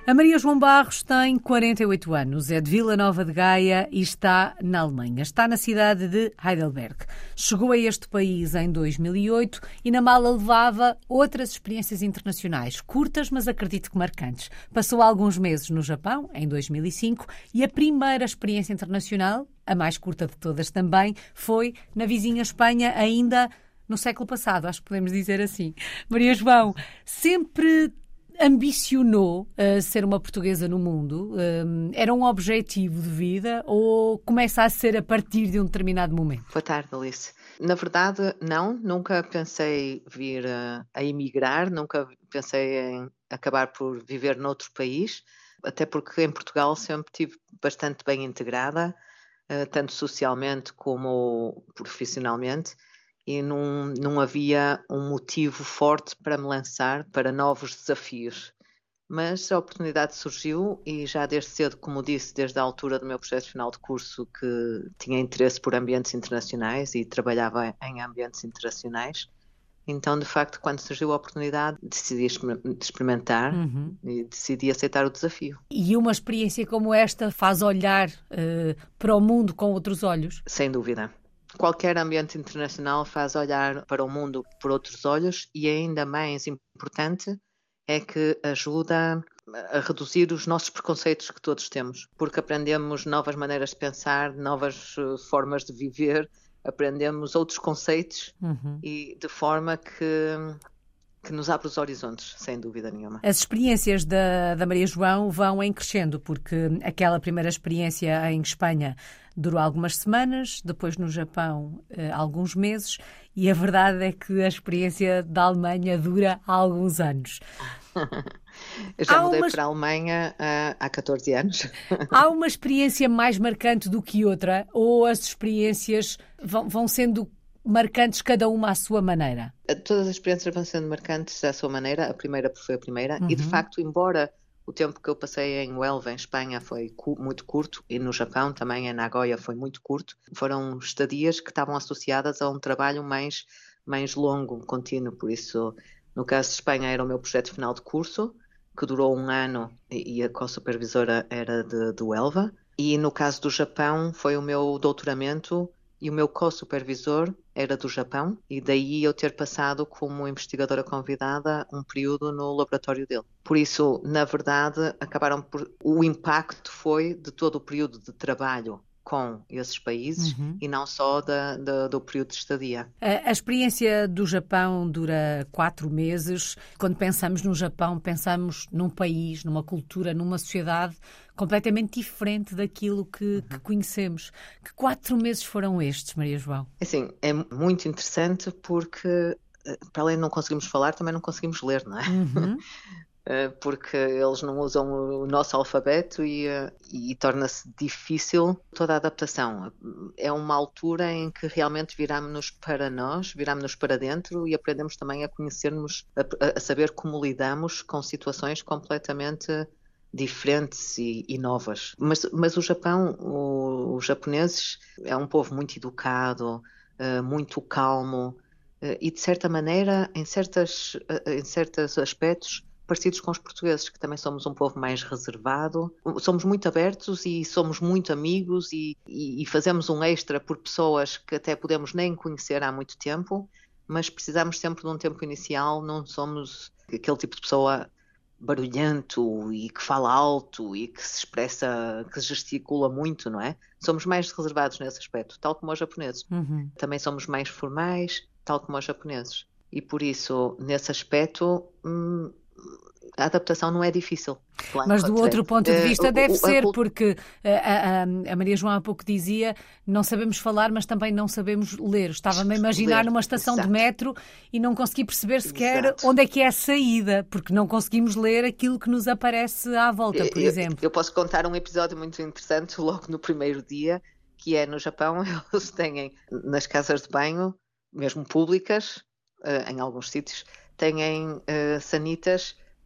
A Maria João Barros tem 48 anos, é de Vila Nova de Gaia e está na Alemanha. Está na cidade de Heidelberg. Chegou a este país em 2008 e na mala levava outras experiências internacionais, curtas, mas acredito que marcantes. Passou alguns meses no Japão, em 2005, e a primeira experiência internacional, a mais curta de todas também, foi na vizinha Espanha, ainda no século passado, acho que podemos dizer assim. Maria João, sempre ambicionou ser uma portuguesa no mundo? Era um objetivo de vida ou começa a ser a partir de um determinado momento? Boa tarde, Alice. Na verdade, não. Nunca pensei vir a emigrar, nunca pensei em acabar por viver noutro país, até porque em Portugal sempre estive bastante bem integrada, tanto socialmente como profissionalmente, e não havia um motivo forte para me lançar para novos desafios. Mas a oportunidade surgiu e já desde cedo, como disse, desde a altura do meu projeto final de curso, que tinha interesse por ambientes internacionais e trabalhava em ambientes internacionais. Então, de facto, quando surgiu a oportunidade, decidi experimentar e decidi aceitar o desafio. E uma experiência como esta faz olhar para o mundo com outros olhos? Sem dúvida. Qualquer ambiente internacional faz olhar para o mundo por outros olhos e ainda mais importante é que ajuda a reduzir os nossos preconceitos que todos temos, porque aprendemos novas maneiras de pensar, novas formas de viver, aprendemos outros conceitos e de forma que nos abre os horizontes, sem dúvida nenhuma. As experiências da Maria João vão em crescendo, porque aquela primeira experiência em Espanha durou algumas semanas, depois no Japão alguns meses, e a verdade é que a experiência da Alemanha dura alguns anos. Eu já mudei para a Alemanha há 14 anos. Há uma experiência mais marcante do que outra, ou as experiências vão sendo marcantes cada uma à sua maneira? Todas as experiências vão sendo marcantes à sua maneira. A primeira foi a primeira. E, de facto, embora o tempo que eu passei em Huelva, em Espanha, foi muito curto, e no Japão também, em Nagoya, foi muito curto, foram estadias que estavam associadas a um trabalho mais longo, contínuo. Por isso, no caso de Espanha, era o meu projeto final de curso, que durou 1 ano, e a co-supervisora era de Huelva. E no caso do Japão, foi o meu doutoramento, e o meu co-supervisor era do Japão, e daí eu ter passado como investigadora convidada um período no laboratório dele. Por isso, na verdade, o impacto foi de todo o período de trabalho com esses países e não só do período de estadia. A experiência do Japão dura 4 meses. Quando pensamos no Japão, pensamos num país, numa cultura, numa sociedade completamente diferente daquilo que conhecemos. Que 4 meses foram estes, Maria João? Assim, é muito interessante porque, para além de não conseguimos falar, também não conseguimos ler, não é? Porque eles não usam o nosso alfabeto e torna-se difícil toda a adaptação. É uma altura em que realmente viramos-nos para nós, viramos-nos para dentro e aprendemos também a conhecermos, a saber como lidamos com situações completamente diferentes e novas. Mas o Japão, os japoneses, é um povo muito educado, muito calmo e, de certa maneira, em certos aspectos, parecidos com os portugueses, que também somos um povo mais reservado. Somos muito abertos e somos muito amigos e fazemos um extra por pessoas que até podemos nem conhecer há muito tempo, mas precisamos sempre de um tempo inicial, não somos aquele tipo de pessoa barulhento e que fala alto e que se expressa, que gesticula muito, não é? Somos mais reservados nesse aspecto, tal como os japoneses. Também somos mais formais, tal como os japoneses. E por isso, nesse aspecto, a adaptação não é difícil. Mas do outro ponto de vista deve ser, porque a Maria João há pouco dizia, não sabemos falar, mas também não sabemos ler. Estava-me a imaginar numa estação de metro e não consegui perceber sequer onde é que é a saída, porque não conseguimos ler aquilo que nos aparece à volta, por exemplo. Eu posso contar um episódio muito interessante logo no primeiro dia, que é no Japão, eles têm nas casas de banho, mesmo públicas, em alguns sítios, têm sanitas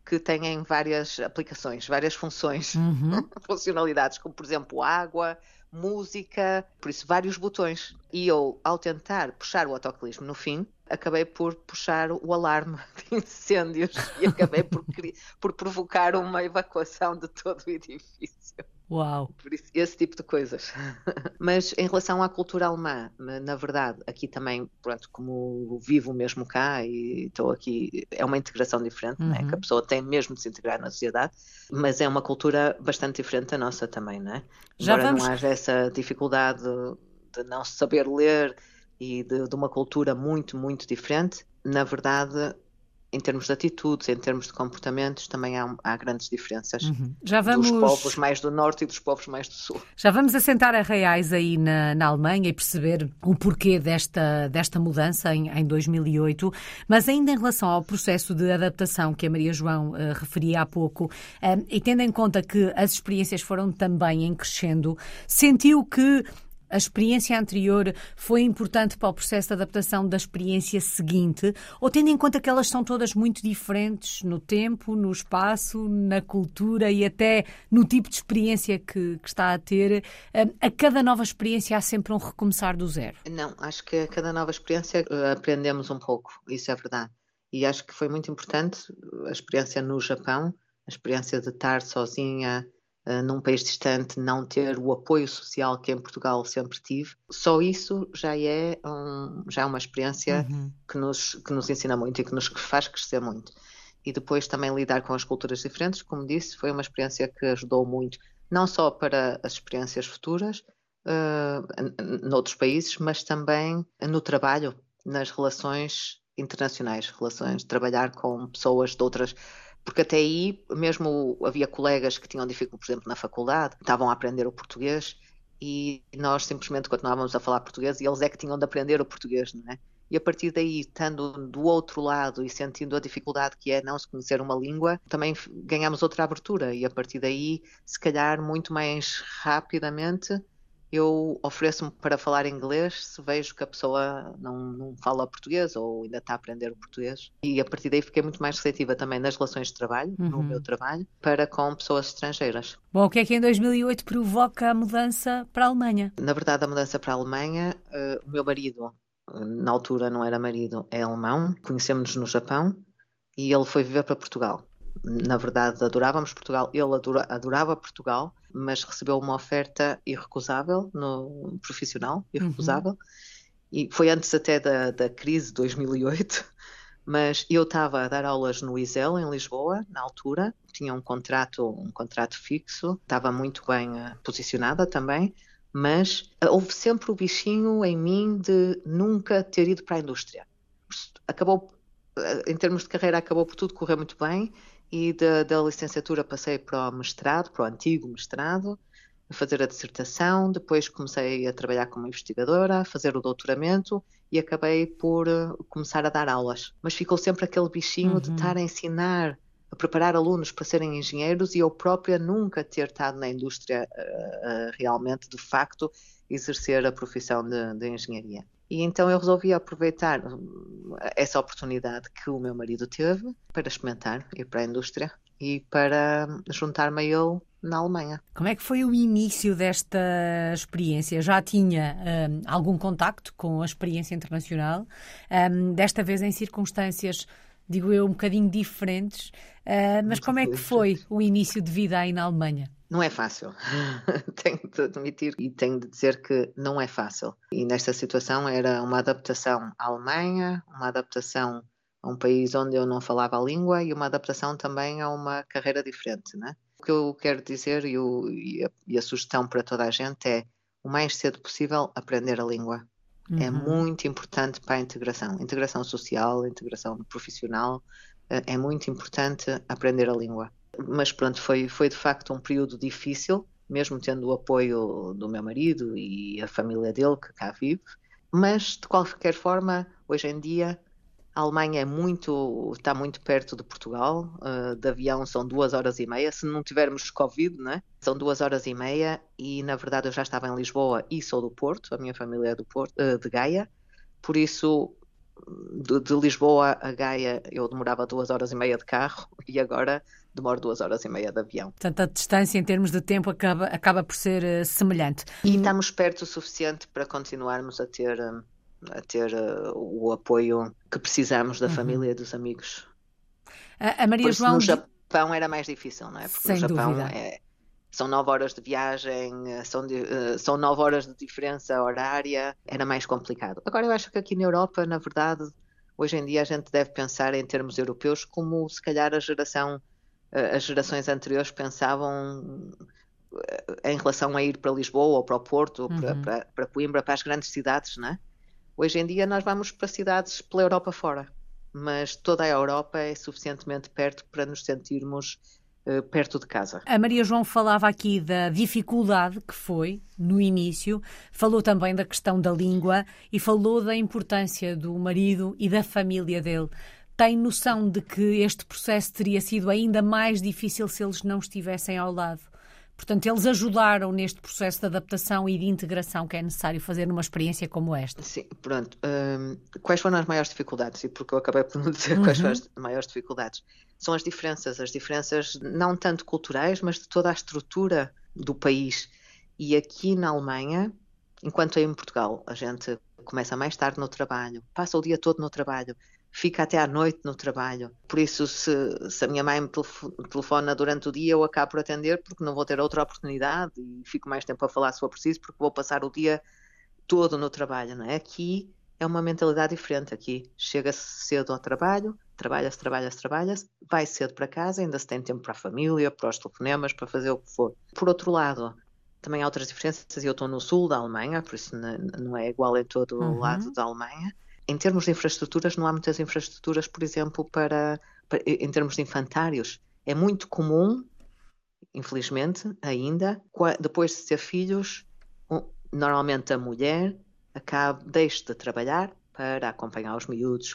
que têm várias aplicações, várias funções, Uhum. funcionalidades, como por exemplo água, música, por isso vários botões. E eu, ao tentar puxar o autocolismo no fim, acabei por puxar o alarme de incêndios e acabei por provocar uma evacuação de todo o edifício. Uau! Por isso, esse tipo de coisas. Mas em relação à cultura alemã, na verdade, aqui também, pronto, como vivo mesmo cá e estou aqui, é uma integração diferente, né? Que a pessoa tem mesmo de se integrar na sociedade, mas é uma cultura bastante diferente da nossa também, né? Já Embora não vamos. haja essa dificuldade de não se saber ler e de uma cultura muito, muito diferente, na verdade, em termos de atitudes, em termos de comportamentos, também há grandes diferenças Já dos povos vamos. mais do norte e dos povos mais do sul. Já vamos assentar a reais aí na Alemanha e perceber o porquê desta mudança em 2008, mas ainda em relação ao processo de adaptação que a Maria João referia há pouco, e tendo em conta que as experiências foram também em crescendo, sentiu que a experiência anterior foi importante para o processo de adaptação da experiência seguinte, ou tendo em conta que elas são todas muito diferentes no tempo, no espaço, na cultura e até no tipo de experiência que está a ter, a cada nova experiência há sempre um recomeçar do zero? Não, acho que a cada nova experiência aprendemos um pouco, isso é verdade. E acho que foi muito importante a experiência no Japão, a experiência de estar sozinha num país distante, não ter o apoio social que em Portugal sempre tive. Só isso já é uma experiência que nos ensina muito e que nos faz crescer muito. E depois também lidar com as culturas diferentes, como disse, foi uma experiência que ajudou muito, não só para as experiências futuras, noutros países, mas também no trabalho, nas relações internacionais, relações, trabalhar com pessoas de outras. Porque até aí, mesmo havia colegas que tinham dificuldade, por exemplo, na faculdade, estavam a aprender o português e nós simplesmente continuávamos a falar português e eles é que tinham de aprender o português, não é? E a partir daí, estando do outro lado e sentindo a dificuldade que é não se conhecer uma língua, também ganhamos outra abertura e a partir daí, se calhar, muito mais rapidamente, eu ofereço-me para falar inglês se vejo que a pessoa não fala português ou ainda está a aprender o português. E a partir daí fiquei muito mais receptiva também nas relações de trabalho, no meu trabalho, para com pessoas estrangeiras. Bom, o que é que em 2008 provoca a mudança para a Alemanha? Na verdade, a mudança para a Alemanha, o meu marido, na altura não era marido, é alemão, conhecemos-nos no Japão e ele foi viver para Portugal. Na verdade, adorávamos Portugal, ele adorava Portugal, mas recebeu uma oferta irrecusável, profissional, irrecusável, e foi antes até da crise de 2008, mas eu estava a dar aulas no ISEL, em Lisboa, na altura, tinha um contrato fixo, estava muito bem posicionada também, mas houve sempre o bichinho em mim de nunca ter ido para a indústria. Acabou, em termos de carreira, acabou por tudo correr muito bem, e da licenciatura passei para o mestrado, para o antigo mestrado, a fazer a dissertação, depois comecei a trabalhar como investigadora, a fazer o doutoramento e acabei por começar a dar aulas. Mas ficou sempre aquele bichinho de estar a ensinar, a preparar alunos para serem engenheiros e eu própria nunca ter estado na indústria realmente, de facto, exercer a profissão de engenharia. E então eu resolvi aproveitar essa oportunidade que o meu marido teve para experimentar, ir para a indústria e para juntar-me a ele na Alemanha. Como é que foi o início desta experiência? Já tinha algum contacto com a experiência internacional? Desta vez em circunstâncias, digo eu, um bocadinho diferentes. Mas como é que foi o início de vida aí na Alemanha? Não é fácil, tenho de admitir e tenho de dizer que não é fácil. E nesta situação era uma adaptação à Alemanha, uma adaptação a um país onde eu não falava a língua e uma adaptação também a uma carreira diferente, né? O que eu quero dizer e a sugestão para toda a gente é o mais cedo possível aprender a língua. É muito importante para a integração social, integração profissional, é muito importante aprender a língua. Mas pronto, foi de facto um período difícil, mesmo tendo o apoio do meu marido e a família dele que cá vive, mas de qualquer forma, hoje em dia, a Alemanha está muito perto de Portugal, de avião são 2h30, se não tivermos Covid, né? São 2h30 e na verdade eu já estava em Lisboa e sou do Porto, a minha família é do Porto, de Gaia, por isso de Lisboa a Gaia eu demorava 2 horas e meia de carro e agora demoro 2 horas e meia de avião. Portanto, a distância em termos de tempo acaba por ser semelhante. E estamos perto o suficiente para continuarmos a ter o apoio que precisamos da família e dos amigos. A Maria João... No Japão era mais difícil, não é? Porque Sem no Japão dúvida. São 9 horas de viagem, são 9 horas de diferença horária, era mais complicado. Agora eu acho que aqui na Europa, na verdade, hoje em dia a gente deve pensar em termos europeus como se calhar as gerações anteriores pensavam em relação a ir para Lisboa ou para o Porto, ou para Coimbra, para as grandes cidades, não é? Hoje em dia nós vamos para cidades pela Europa fora, mas toda a Europa é suficientemente perto para nos sentirmos perto de casa. A Maria João falava aqui da dificuldade que foi no início, falou também da questão da língua e falou da importância do marido e da família dele. Tem noção de que este processo teria sido ainda mais difícil se eles não estivessem ao lado? Portanto, eles ajudaram neste processo de adaptação e de integração que é necessário fazer numa experiência como esta. Sim, pronto. Quais foram as maiores dificuldades? E porque eu acabei por não dizer quais foram as maiores dificuldades. São as diferenças não tanto culturais, mas de toda a estrutura do país. E aqui na Alemanha, enquanto em Portugal a gente começa mais tarde no trabalho, passa o dia todo no trabalho, fica até à noite no trabalho. Por isso, se a minha mãe me telefona durante o dia, eu acabo por atender porque não vou ter outra oportunidade e fico mais tempo a falar se for preciso porque vou passar o dia todo no trabalho, não é? Aqui é uma mentalidade diferente. Aqui chega-se cedo ao trabalho, trabalha-se, vai cedo para casa, ainda se tem tempo para a família, para os telefonemas, para fazer o que for. Por outro lado, também há outras diferenças. Eu estou no sul da Alemanha, por isso não é igual em todo o lado da Alemanha. Em termos de infraestruturas, não há muitas infraestruturas, por exemplo, em termos de infantários. É muito comum, infelizmente, ainda, depois de ter filhos, normalmente a mulher deixa de trabalhar para acompanhar os miúdos,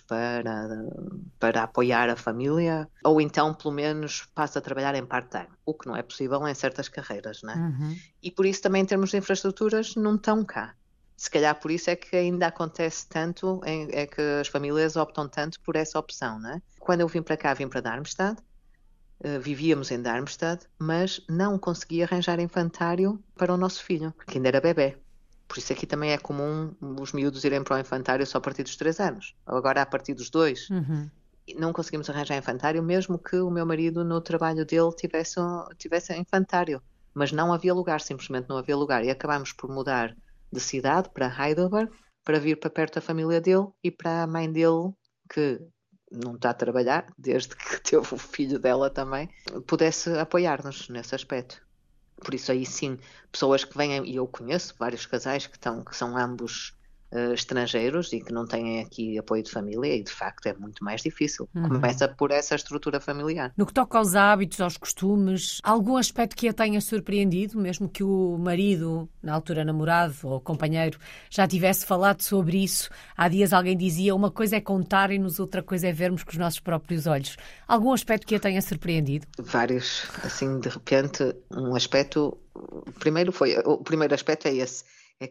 para apoiar a família, ou então, pelo menos, passa a trabalhar em part-time, o que não é possível em certas carreiras, não é? E por isso também, em termos de infraestruturas, não estão cá. Se calhar por isso é que ainda acontece tanto, é que as famílias optam tanto por essa opção, não é? Quando eu vim para cá, vim para Darmstadt, vivíamos em Darmstadt, mas não conseguia arranjar infantário para o nosso filho, que ainda era bebê. Por isso aqui também é comum os miúdos irem para o infantário só a partir dos 3 anos, ou agora a partir dos 2. Não conseguimos arranjar infantário, mesmo que o meu marido no trabalho dele tivesse infantário, mas não havia lugar, simplesmente não havia lugar, e acabámos por mudar de cidade para Heidelberg, para vir para perto da família dele e para a mãe dele, que não está a trabalhar, desde que teve o filho dela também, pudesse apoiar-nos nesse aspecto. Por isso aí sim, pessoas que vêm, e eu conheço vários casais que são ambos estrangeiros e que não têm aqui apoio de família e de facto é muito mais difícil. Começa por essa estrutura familiar. No que toca aos hábitos, aos costumes, algum aspecto que a tenha surpreendido, mesmo que o marido, na altura namorado ou companheiro, já tivesse falado sobre isso? Há dias alguém dizia, uma coisa é contarem-nos, outra coisa é vermos com os nossos próprios olhos. Algum aspecto que a tenha surpreendido? Vários, assim, de repente, um aspecto... O primeiro aspecto é esse. É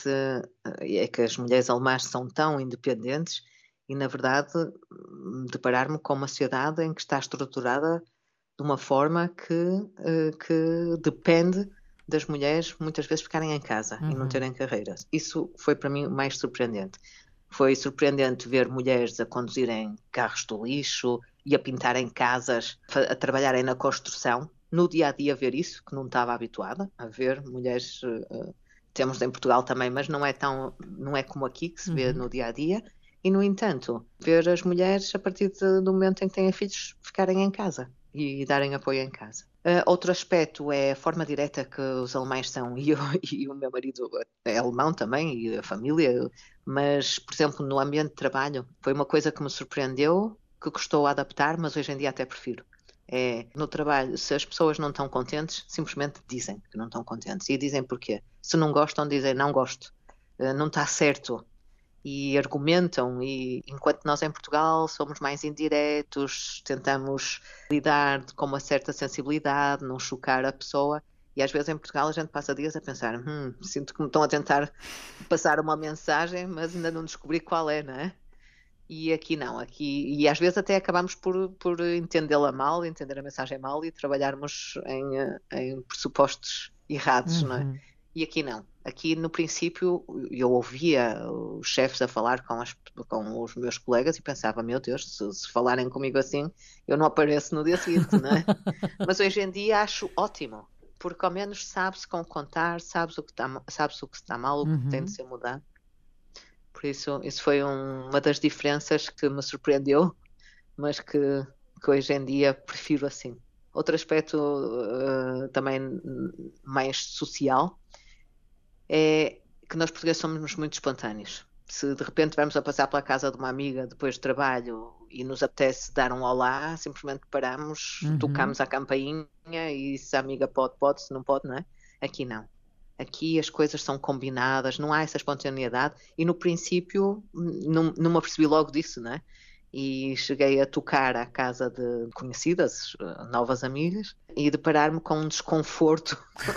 que as mulheres alemãs são tão independentes e, na verdade, deparar-me com uma sociedade em que está estruturada de uma forma que depende das mulheres muitas vezes ficarem em casa e não terem carreiras. Isso foi para mim o mais surpreendente. Foi surpreendente ver mulheres a conduzirem carros do lixo e a pintarem casas, a trabalharem na construção. No dia-a-dia ver isso, que não estava habituada a ver mulheres... Temos em Portugal também, mas não é como aqui que se vê no dia-a-dia. E, no entanto, ver as mulheres, a partir do momento em que têm filhos, ficarem em casa e darem apoio em casa. Outro aspecto é a forma direta que os alemães são, e o meu marido é alemão também, e a família, mas, por exemplo, no ambiente de trabalho, foi uma coisa que me surpreendeu, que custou a adaptar, mas hoje em dia até prefiro. No trabalho, se as pessoas não estão contentes, simplesmente dizem que não estão contentes. E dizem porquê. Se não gostam, dizem não gosto, não está certo. E argumentam. E enquanto nós em Portugal somos mais indiretos, tentamos lidar com uma certa sensibilidade, não chocar a pessoa. E às vezes em Portugal a gente passa dias a pensar, sinto que me estão a tentar passar uma mensagem, mas ainda não descobri qual é, não é? E aqui não, e às vezes até acabamos por entendê-la mal, entender a mensagem mal e trabalharmos em pressupostos errados, não é? Uhum. E aqui não. Aqui no princípio eu ouvia os chefes a falar com os meus colegas e pensava, meu Deus, se falarem comigo assim, eu não apareço no dia seguinte, não é? Mas hoje em dia acho ótimo, porque ao menos sabe-se com contar, sabes o que está mal, o que tem de Uhum. ser mudado. Por isso foi uma das diferenças que me surpreendeu, mas que hoje em dia prefiro assim. Outro aspecto também mais social é que nós portugueses somos muito espontâneos. Se de repente vamos a passar pela casa de uma amiga depois do trabalho e nos apetece dar um olá, simplesmente paramos, Uhum. tocamos a campainha e se a amiga pode, se não pode, não é? Aqui não. Aqui as coisas são combinadas, não há essa espontaneidade e no princípio não me apercebi logo disso, não é? E cheguei a tocar à casa de conhecidas, novas amigas, e deparar-me com um desconforto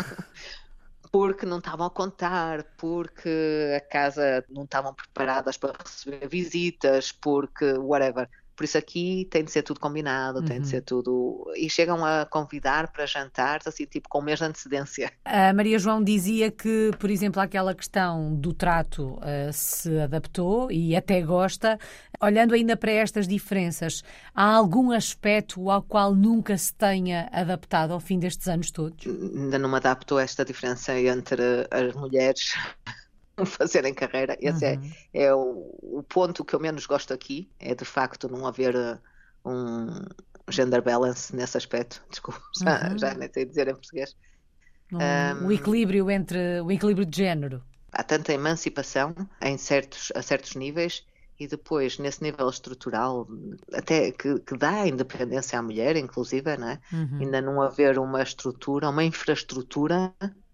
porque não estavam a contar, porque a casa não estavam preparadas para receber visitas, porque whatever. Por isso aqui tem de ser tudo combinado, tem de ser Uhum. tudo. E chegam a convidar para jantares, assim, tipo, com um mês de antecedência. A Maria João dizia que, por exemplo, aquela questão do trato se adaptou e até gosta. Olhando ainda para estas diferenças, há algum aspecto ao qual nunca se tenha adaptado ao fim destes anos todos? Ainda não me adapto a esta diferença entre as mulheres fazerem carreira. Esse Uhum. é o ponto que eu menos gosto aqui, é de facto não haver um gender balance nesse aspecto. Desculpa, já Uhum. nem sei dizer em português. O equilíbrio entre o equilíbrio de género. Há tanta emancipação a certos níveis e depois, nesse nível estrutural, até que dá independência à mulher, inclusive, não é? Uhum. Ainda não haver uma estrutura, uma infraestrutura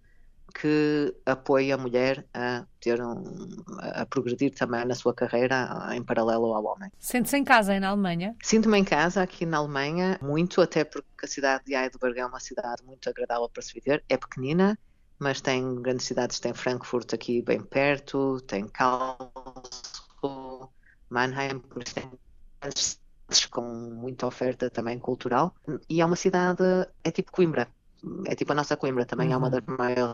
que apoie a mulher a progredir também na sua carreira em paralelo ao homem. Sente-se em casa aí na Alemanha? Sinto-me em casa aqui na Alemanha, muito até porque a cidade de Heidelberg é uma cidade muito agradável para se viver. É pequenina, mas tem grandes cidades, tem Frankfurt aqui bem perto, tem Karlsruhe, Mannheim, por isso tem grandes cidades com muita oferta também cultural. E é uma cidade, é tipo Coimbra. É tipo a nossa Coimbra, também é Uhum.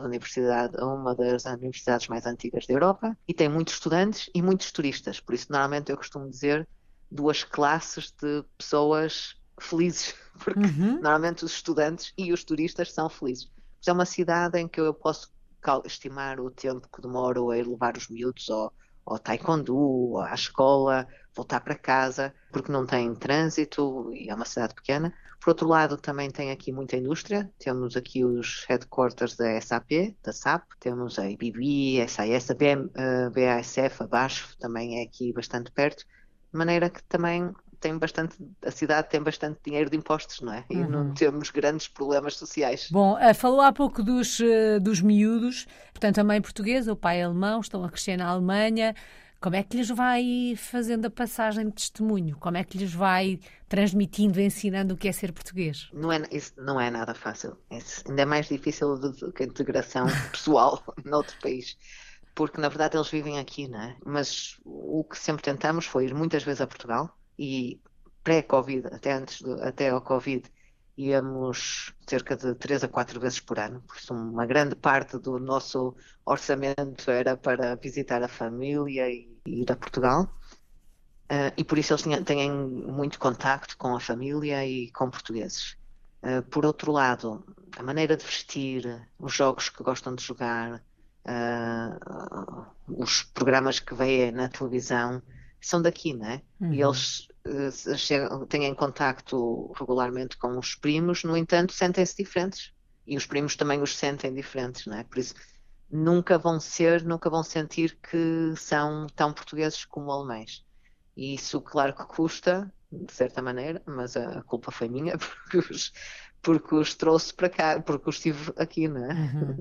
uma das universidades mais antigas da Europa e tem muitos estudantes e muitos turistas. Por isso, normalmente eu costumo dizer duas classes de pessoas felizes, porque Uhum. normalmente os estudantes e os turistas são felizes. É uma cidade em que eu posso estimar o tempo que demoro a ir levar os miúdos ao taekwondo, ou à escola, voltar para casa, porque não tem trânsito e é uma cidade pequena. Por outro lado, também tem aqui muita indústria. Temos aqui os headquarters da SAP, da SAP. Temos a IBB, a SAS, a BASF, a BASF, também é aqui bastante perto. De maneira que também a cidade tem bastante dinheiro de impostos, não é? E não Uhum. temos grandes problemas sociais. Bom, falou há pouco dos miúdos, portanto, a mãe portuguesa, o pai alemão, estão a crescer na Alemanha. Como é que lhes vai fazendo a passagem de testemunho? Como é que lhes vai transmitindo, ensinando o que é ser português? Isso não é nada fácil. Ainda é mais difícil do que a integração pessoal noutro país. Porque, na verdade, eles vivem aqui, não é? Mas o que sempre tentamos foi ir muitas vezes a Portugal e pré-Covid, até ao Covid, íamos cerca de 3 a 4 vezes por ano. Por isso, uma grande parte do nosso orçamento era para visitar a família e ir a Portugal. E por isso eles têm muito contacto com a família e com portugueses. Por outro lado, a maneira de vestir, os jogos que gostam de jogar, os programas que veem na televisão, são daqui, não é? E Uhum. eles têm contacto regularmente com os primos, no entanto, sentem-se diferentes. E os primos também os sentem diferentes, não é? Por isso, nunca vão sentir que são tão portugueses como alemães. E isso, claro que custa, de certa maneira, mas a culpa foi minha porque os trouxe para cá, porque os tive aqui, não é? Uhum.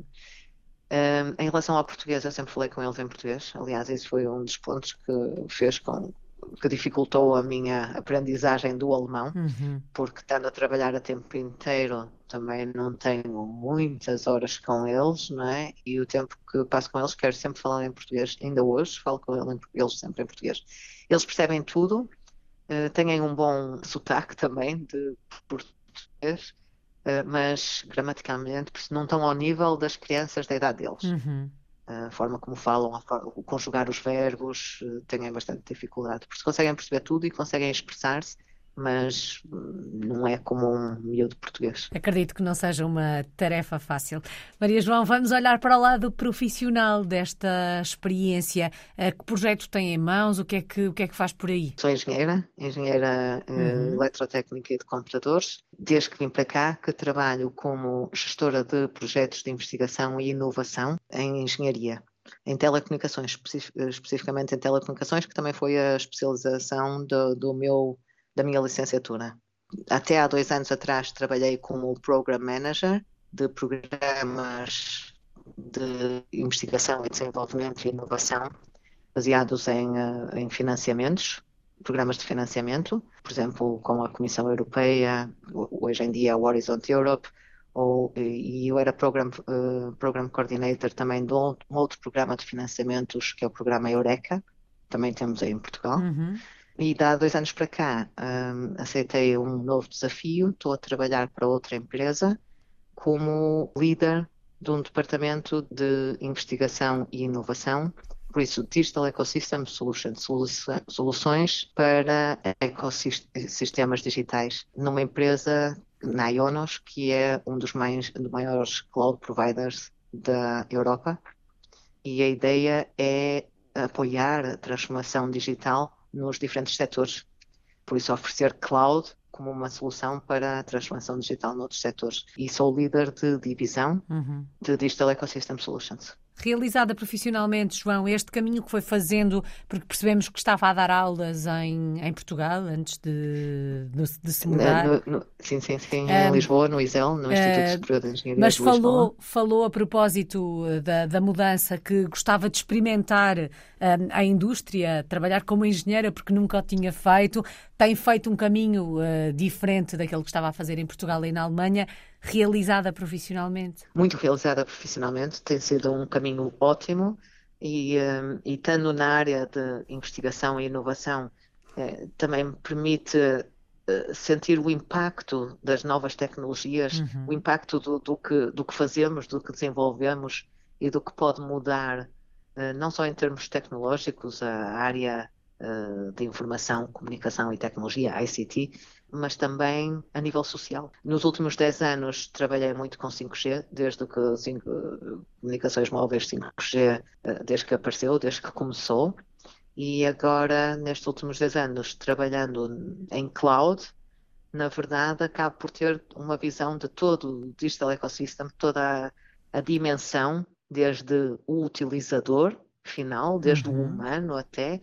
Em relação ao português, eu sempre falei com eles em português. Aliás, esse foi um dos pontos que fez que dificultou a minha aprendizagem do alemão, porque estando a trabalhar a tempo inteiro também não tenho muitas horas com eles, não é? E o tempo que passo com eles quero sempre falar em português. Ainda hoje falo com eles sempre em português. Eles percebem tudo, têm um bom sotaque também de português, mas gramaticalmente não estão ao nível das crianças da idade deles. A forma como falam, o conjugar os verbos, têm bastante dificuldade, porque conseguem perceber tudo e conseguem expressar-se, mas não é como um miúdo português. Acredito que não seja uma tarefa fácil. Maria João, vamos olhar para o lado profissional desta experiência. Que projetos tem em mãos? O que é que faz por aí? Sou engenheira eletrotécnica e de computadores. Desde que vim para cá, que trabalho como gestora de projetos de investigação e inovação em engenharia. Em telecomunicações, especificamente em telecomunicações, que também foi a especialização da minha licenciatura. Até há 2 anos atrás trabalhei como Program Manager de programas de investigação e desenvolvimento e inovação baseados em financiamentos, programas de financiamento, por exemplo, com a Comissão Europeia, hoje em dia a Horizon Europe, e eu era Program Coordinator também de um outro programa de financiamentos, que é o programa Eureka, também temos aí em Portugal. E há 2 anos para cá aceitei um novo desafio, estou a trabalhar para outra empresa como líder de um departamento de investigação e inovação, por isso Digital Ecosystem Solutions, soluções para ecossistemas digitais, numa empresa, na Ionos, que é um dos maiores cloud providers da Europa, e a ideia é apoiar a transformação digital nos diferentes setores. Por isso, oferecer cloud como uma solução para a transformação digital noutros setores. E sou líder de divisão de Digital Ecosystem Solutions. Realizada profissionalmente, João, este caminho que foi fazendo, porque percebemos que estava a dar aulas em Portugal antes de se mudar. Sim, em Lisboa, no ISEL, no Instituto Superior de Engenharia mas de Lisboa. falou a propósito da mudança, que gostava de experimentar a indústria, trabalhar como engenheira, porque nunca o tinha feito. Tem feito um caminho diferente daquele que estava a fazer em Portugal e na Alemanha. Realizada profissionalmente? Muito realizada profissionalmente, tem sido um caminho ótimo e estando na área de investigação e inovação também me permite sentir o impacto das novas tecnologias, o impacto do que fazemos, do que desenvolvemos e do que pode mudar, não só em termos tecnológicos, a área de informação, comunicação e tecnologia, ICT, mas também a nível social. Nos últimos 10 anos trabalhei muito com 5G, desde que comunicações móveis 5G, desde que apareceu, desde que começou, e agora, nestes últimos 10 anos, trabalhando em cloud, na verdade, acabo por ter uma visão de todo o Digital Ecosystem, toda a dimensão, desde o utilizador final, desde o humano até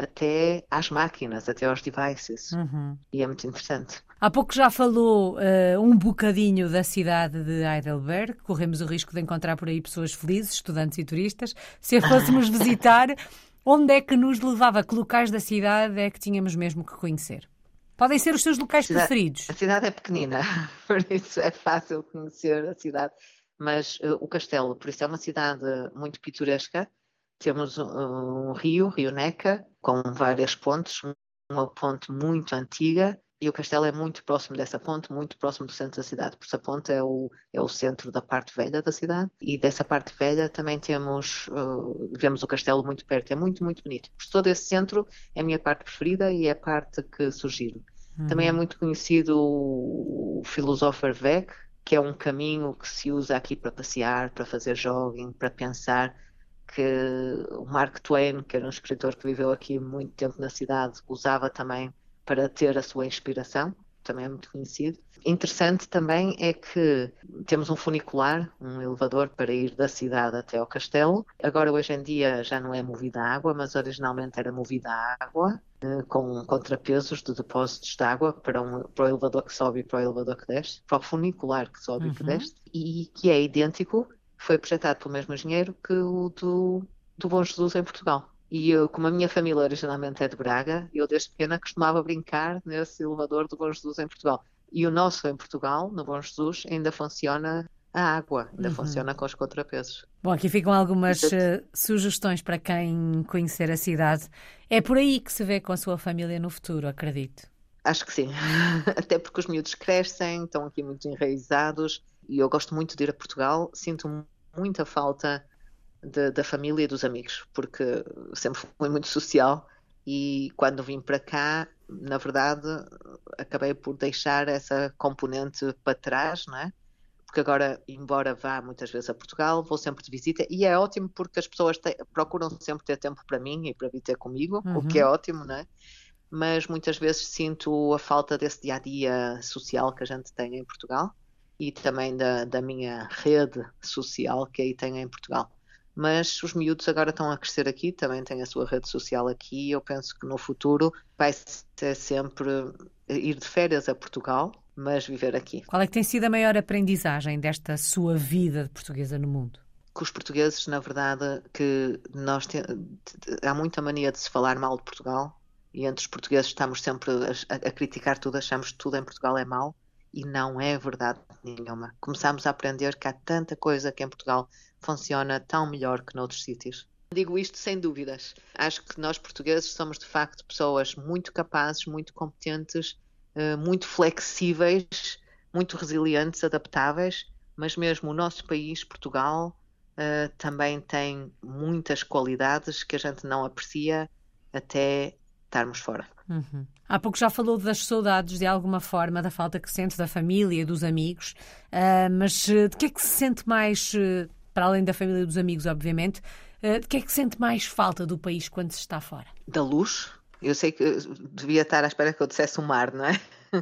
às máquinas, até aos devices. E é muito interessante. Há pouco já falou um bocadinho da cidade de Heidelberg. Corremos o risco de encontrar por aí pessoas felizes, estudantes e turistas. Se a fôssemos visitar, onde é que nos levava? Que locais da cidade é que tínhamos mesmo que conhecer? Podem ser os seus locais preferidos. A cidade é pequenina, por isso é fácil conhecer a cidade. Mas o castelo, por isso é uma cidade muito pitoresca. Temos um rio Neckar, com várias pontes, uma ponte muito antiga, e o castelo é muito próximo dessa ponte, muito próximo do centro da cidade. Por isso a ponte é o centro da parte velha da cidade, e dessa parte velha também vemos o castelo muito perto, é muito, muito bonito. Por todo esse centro é a minha parte preferida e é a parte que sugiro. Também é muito conhecido o Philosopherweg, que é um caminho que se usa aqui para passear, para fazer jogging, para pensar, que o Mark Twain, que era um escritor que viveu aqui muito tempo na cidade, usava também para ter a sua inspiração, também é muito conhecido. Interessante também é que temos um funicular, um elevador para ir da cidade até ao castelo. Agora, hoje em dia, já não é movida a água, mas originalmente era movida a água, com contrapesos de depósitos de água para o elevador que sobe e para o elevador que desce, para o funicular que sobe e que desce, e que é idêntico. Foi projetado pelo mesmo engenheiro que o do Bom Jesus em Portugal. E eu, como a minha família originalmente é de Braga, eu desde pequena costumava brincar nesse elevador do Bom Jesus em Portugal. E o nosso em Portugal, no Bom Jesus, ainda funciona a água, ainda funciona com os contrapesos. Bom, aqui ficam algumas Isso sugestões para quem conhecer a cidade. É por aí que se vê com a sua família no futuro, acredito. acho que sim. Até porque os miúdos crescem, estão aqui muito enraizados e eu gosto muito de ir a Portugal. Sinto muita falta da família e dos amigos, porque sempre fui muito social e quando vim para cá, na verdade, acabei por deixar essa componente para trás, não é? Porque agora, embora vá muitas vezes a Portugal, vou sempre de visita e é ótimo porque as pessoas procuram sempre ter tempo para mim e para vir ter comigo, o que é ótimo, não é? Mas muitas vezes sinto a falta desse dia-a-dia social que a gente tem em Portugal e também da minha rede social que aí tenho em Portugal. Mas os miúdos agora estão a crescer aqui, também têm a sua rede social aqui e eu penso que no futuro vai ser sempre ir de férias a Portugal, mas viver aqui. Qual é que tem sido a maior aprendizagem desta sua vida de portuguesa no mundo? Que os portugueses, na verdade, que há muita mania de se falar mal de Portugal e entre os portugueses estamos sempre a criticar tudo, achamos que tudo em Portugal é mau e não é verdade nenhuma. Começámos a aprender que há tanta coisa que em Portugal funciona tão melhor que noutros sítios. Digo isto sem dúvidas. Acho que nós portugueses somos de facto pessoas muito capazes, muito competentes, muito flexíveis, muito resilientes, adaptáveis, mas mesmo o nosso país, Portugal, também tem muitas qualidades que a gente não aprecia até estarmos fora. Há pouco já falou das saudades, de alguma forma, da falta que sente da família e dos amigos, mas de que é que se sente mais, para além da família e dos amigos, obviamente, de que é que sente mais falta do país quando se está fora? Da luz. Eu sei que devia estar à espera que eu dissesse o mar, não é?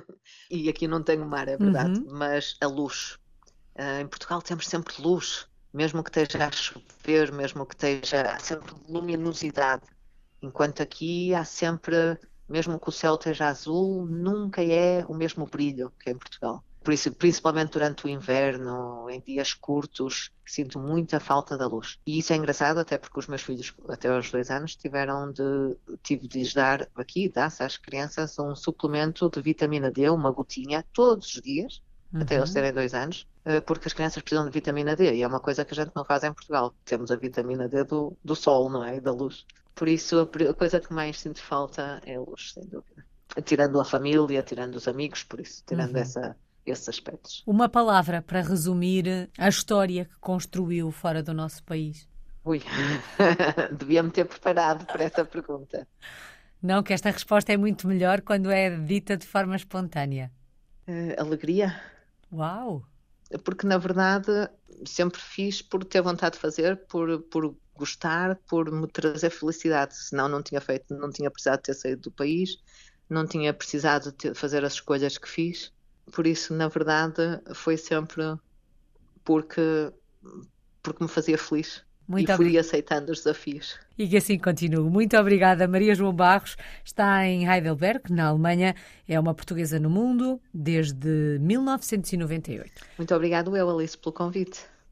E aqui não tenho mar, é verdade, mas a luz. Em Portugal temos sempre luz, mesmo que esteja a chover, mesmo que há sempre luminosidade. Enquanto aqui há sempre, mesmo que o céu esteja azul, nunca é o mesmo brilho que em Portugal. Por isso, principalmente durante o inverno, em dias curtos, sinto muita falta da luz. E isso é engraçado, até porque os meus filhos, até aos 2 anos, tive de lhes dar, aqui dá-se às crianças, um suplemento de vitamina D, uma gotinha, todos os dias, até eles terem 2 anos, porque as crianças precisam de vitamina D e é uma coisa que a gente não faz em Portugal. Temos a vitamina D do sol, não é? E da luz. Por isso, a coisa que mais sinto falta é a luz, sem dúvida. Tirando a família, tirando os amigos, por isso, tirando esses aspectos. Uma palavra para resumir a história que construiu fora do nosso país. Ui, devia-me ter preparado para essa pergunta. Não, que esta resposta é muito melhor quando é dita de forma espontânea. Alegria. Uau! Porque, na verdade, sempre fiz por ter vontade de fazer, por gostar, por me trazer felicidade. Senão não tinha feito, não tinha precisado de ter saído do país, não tinha precisado de fazer as escolhas que fiz. Por isso, na verdade, foi sempre porque me fazia feliz. E fui aceitando os desafios. E que assim continue. Muito obrigada, Maria João Barros. Está em Heidelberg, na Alemanha. É uma portuguesa no mundo desde 1998. Muito obrigado, Alice, pelo convite.